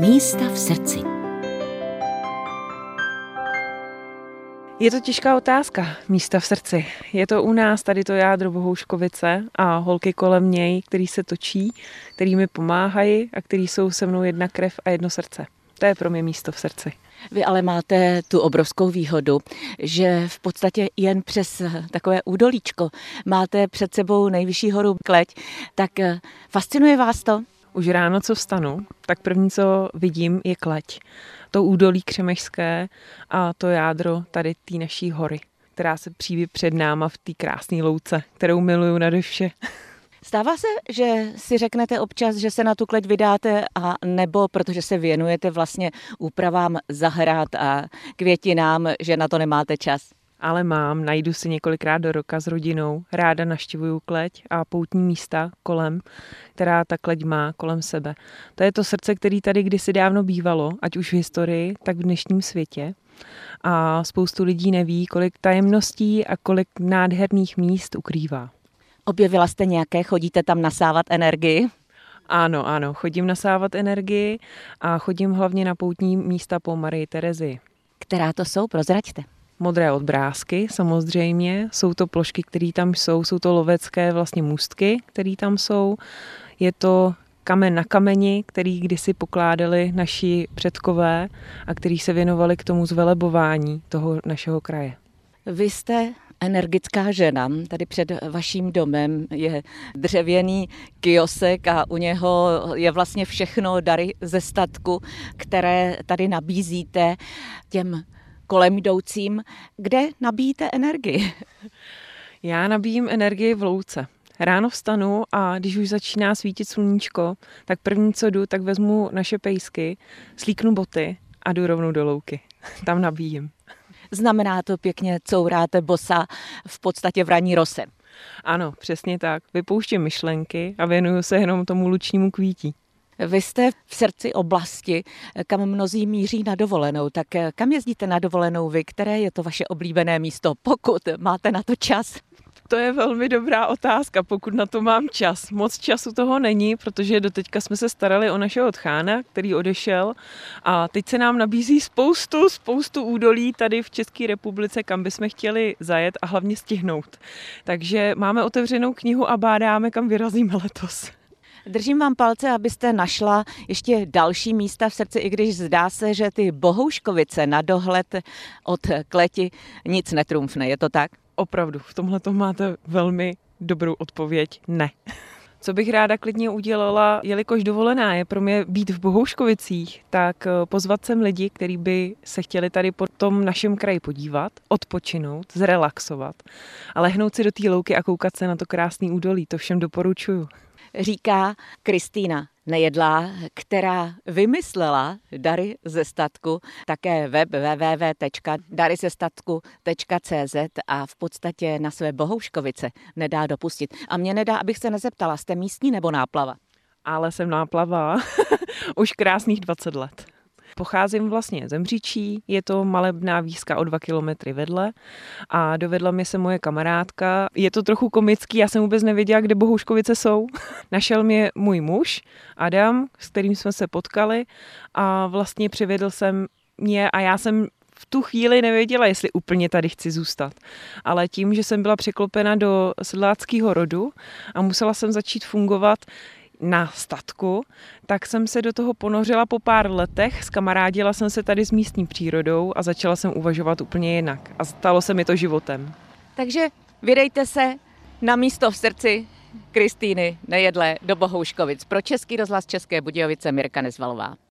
Místa v srdci. Je to těžká otázka, místa v srdci. Je to u nás tady to jádro Bohouškovice a holky kolem něj, který se točí, který mi pomáhají a který jsou se mnou jedna krev a jedno srdce. To je pro mě místo v srdci. Vy ale máte tu obrovskou výhodu, že v podstatě jen přes takové údolíčko máte před sebou nejvyšší horu Kleť. Tak fascinuje vás to? Už ráno, co vstanu, tak první, co vidím, je Kleť. To údolí Křemešské a to jádro tady té naší hory, která se příví před náma v té krásné louce, kterou miluju nade vše. Stává se, že si řeknete občas, že se na tu Kleť vydáte, a nebo protože se věnujete vlastně úpravám zahrad a květinám, že na to nemáte čas? Ale najdu si několikrát do roka s rodinou, ráda navštěvuju Kleť a poutní místa kolem, která ta Kleť má kolem sebe. To je to srdce, který tady kdysi dávno bývalo, ať už v historii, tak v dnešním světě. A spoustu lidí neví, kolik tajemností a kolik nádherných míst ukrývá. Objevila jste nějaké, chodíte tam nasávat energii? Ano, chodím nasávat energii a chodím hlavně na poutní místa po Marii Terezii. Která to jsou? Prozraďte. Modré odbrázky, samozřejmě, jsou to plošky, které tam jsou to lovecké vlastně můstky, které tam jsou. Je to kamen na kameni, který kdysi pokládali naši předkové a který se věnovali k tomu zvelebování toho našeho kraje. Vy jste energická žena. Tady před vaším domem je dřevěný kiosek a u něho je vlastně všechno dary ze statku, které tady nabízíte těm kolem jdoucím. Kde nabíjíte energii? Já nabíjím energii v louce. Ráno vstanu a když už začíná svítit sluníčko, tak první, co jdu, tak vezmu naše pejsky, slíknu boty a jdu rovnou do louky. Tam nabíjím. Znamená to pěkně couráte bosa v podstatě v ranní rose. Ano, přesně tak. Vypouštím myšlenky a věnuju se jenom tomu lučnímu kvítí. Vy jste v srdci oblasti, kam mnozí míří na dovolenou. Tak kam jezdíte na dovolenou vy? Které je to vaše oblíbené místo, pokud máte na to čas? To je velmi dobrá otázka, pokud na to mám čas. Moc času toho není, protože doteďka jsme se starali o našeho tchána, který odešel, a teď se nám nabízí spoustu údolí tady v České republice, kam bychom chtěli zajet a hlavně stihnout. Takže máme otevřenou knihu a bádáme, kam vyrazíme letos. Držím vám palce, abyste našla ještě další místa v srdci, i když zdá se, že ty Bohouškovice na dohled od Kleti nic netrumfne. Je to tak? Opravdu, v tomhle to máte velmi dobrou odpověď. Ne. Co bych ráda klidně udělala, jelikož dovolená je pro mě být v Bohouškovicích, tak pozvat sem lidi, kteří by se chtěli tady po tom našem kraji podívat, odpočinout, zrelaxovat a lehnout si do té louky a koukat se na to krásný údolí. To všem doporučuju. Říká Kristýna Nejedlá, která vymyslela dary ze statku, také web www.daryzestatku.cz a v podstatě na své Bohouškovice nedá dopustit. A mě nedá, abych se nezeptala, jste místní nebo náplava? Ale jsem náplava už krásných 20 let. Pocházím vlastně ze Mříčí, je to malebná výska o 2 kilometry vedle a dovedla mě se moje kamarádka. Je to trochu komický, já jsem vůbec nevěděla, kde Bohouškovice jsou. Našel mě můj muž Adam, s kterým jsme se potkali a vlastně přivedl jsem mě a já jsem v tu chvíli nevěděla, jestli úplně tady chci zůstat. Ale tím, že jsem byla překlopena do sedláckého rodu a musela jsem začít fungovat na statku, tak jsem se do toho ponořila po pár letech, zkamarádila jsem se tady s místní přírodou a začala jsem uvažovat úplně jinak. A stalo se mi to životem. Takže vydejte se na místo v srdci Kristýny Nejedlé do Bohouškovic. Pro Český rozhlas České Budějovice Mirka Nezvalová.